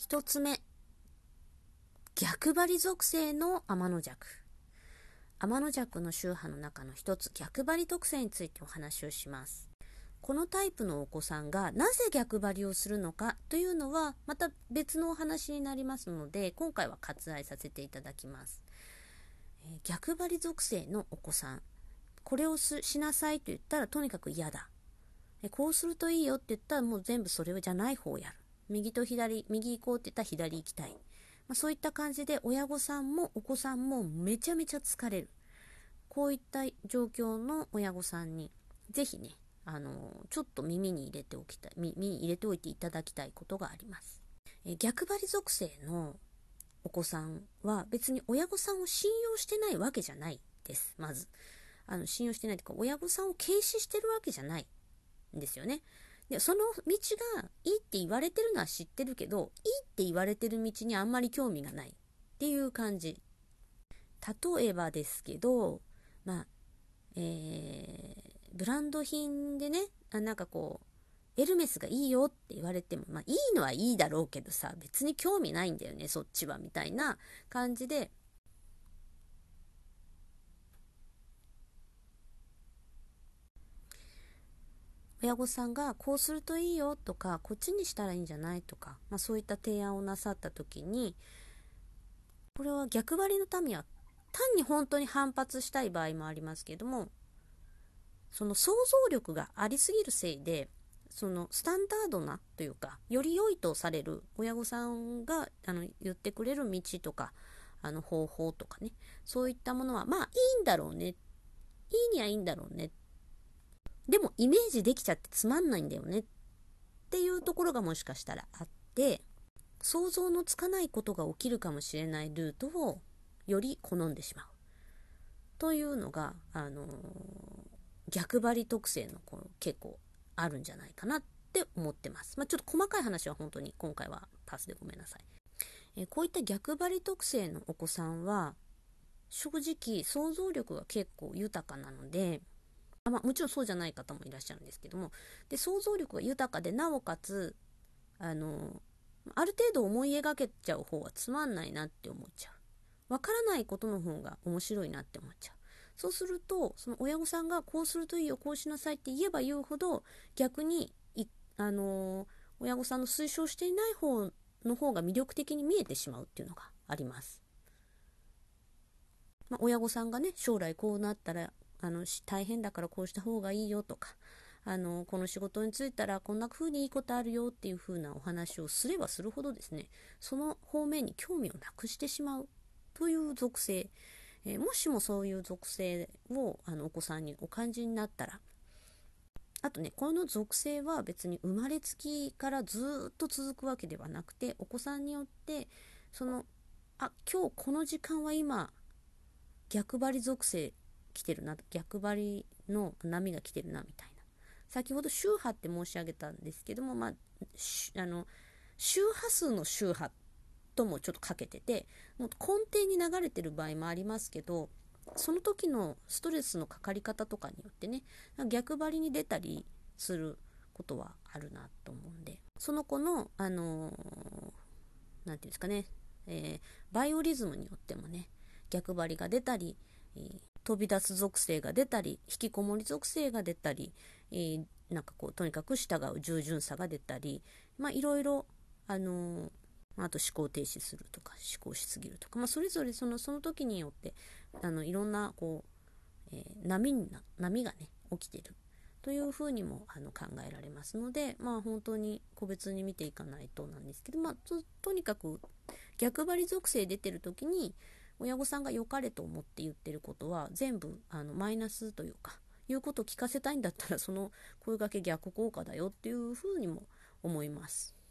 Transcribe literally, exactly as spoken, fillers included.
一つ目、逆張り属性の天の弱。天の弱の宗派の中の一つ、逆張り特性についてお話をします。このタイプのお子さんがなぜ逆張りをするのかというのはまた別のお話になりますので、今回は割愛させていただきます。えー、逆張り属性のお子さん、これをしなさいと言ったらとにかく嫌だ。えこうするといいよって言ったらもう全部それじゃない方をやる。右と左、右行こうって言ったら左行きたい。まあ、そういった感じで親御さんもお子さんもめちゃめちゃ疲れる。こういった状況の親御さんにぜひね、あのちょっと耳に入れておきたい耳に入れておいていただきたいことがあります。え逆張り属性のお子さんは別に親御さんを信用してないわけじゃないです。まずあの信用してないというか、親御さんを軽視してるわけじゃないんですよね。でその道がいいって言われてるのは知ってるけど、いいって言われてる道にあんまり興味がないっていう感じ。例えばですけど、まあえーブランド品でね、あなんかこうエルメスがいいよって言われても、まあいいのはいいだろうけどさ、別に興味ないんだよねそっちはみたいな感じで、親御さんがこうするといいよとか、こっちにしたらいいんじゃないとか、まあ、そういった提案をなさった時に、これは逆張りの民は単に本当に反発したい場合もありますけども、その想像力がありすぎるせいで、そのスタンダードなというか、より良いとされる親御さんがあの言ってくれる道とか、あの方法とかね、そういったものはまあいいんだろうね、いいにはいいんだろうね、でもイメージできちゃってつまんないんだよねっていうところがもしかしたらあって、想像のつかないことが起きるかもしれないルートをより好んでしまうというのが、あのー、逆張り特性のこの結構あるんじゃないかなって思ってます。まあ、ちょっと細かい話は本当に今回はパスでごめんなさい。えー、こういった逆張り特性のお子さんは正直想像力が結構豊かなので、あ、まあ、もちろんそうじゃない方もいらっしゃるんですけども、で想像力が豊かでなおかつあのある程度思い描けちゃう方はつまんないなって思っちゃう。わからないことの方が面白いなって思っちゃう。そうするとその親御さんがこうするといいよ、こうしなさいって言えば言うほど、逆にいあの親御さんの推奨していない方の方が魅力的に見えてしまうっていうのがあります。まあ、親御さんがね、将来こうなったらあの大変だからこうした方がいいよとか、あのこの仕事に就いたらこんな風にいいことあるよっていう風なお話をすればするほどですね、その方面に興味をなくしてしまうという属性、えー、もしもそういう属性をあのお子さんにお感じになったら、あとね、この属性は別に生まれつきからずっと続くわけではなくて、お子さんによってそのあ今日この時間は今逆張り属性来てるな、逆張りの波が来てるなみたいな、先ほど宗派って申し上げたんですけども、まあ、あの周波数の宗派ともちょっとかけてて、もう根底に流れてる場合もありますけど、その時のストレスのかかり方とかによってね、逆張りに出たりすることはあるなと思うんで、その子のあのー、なんていうんですかね、えー、バイオリズムによってもね、逆張りが出たり、えー、飛び出す属性が出たり、引きこもり属性が出たり、えー、なんかこうとにかく従う従順さが出たり、まあいろいろあのー、あと思考停止するとか思考しすぎるとか、まあ、それぞれそのその時によってあのいろんなこう、えー、波にな波がね起きてるというふうにもあの考えられますので、まあ本当に個別に見ていかないとなんですけど、まあ と, とにかく逆張り属性出てる時に親御さんが良かれと思って言ってることは全部あのマイナスというか、いうことを聞かせたいんだったらその声掛け逆効果だよっていうふうにも思います。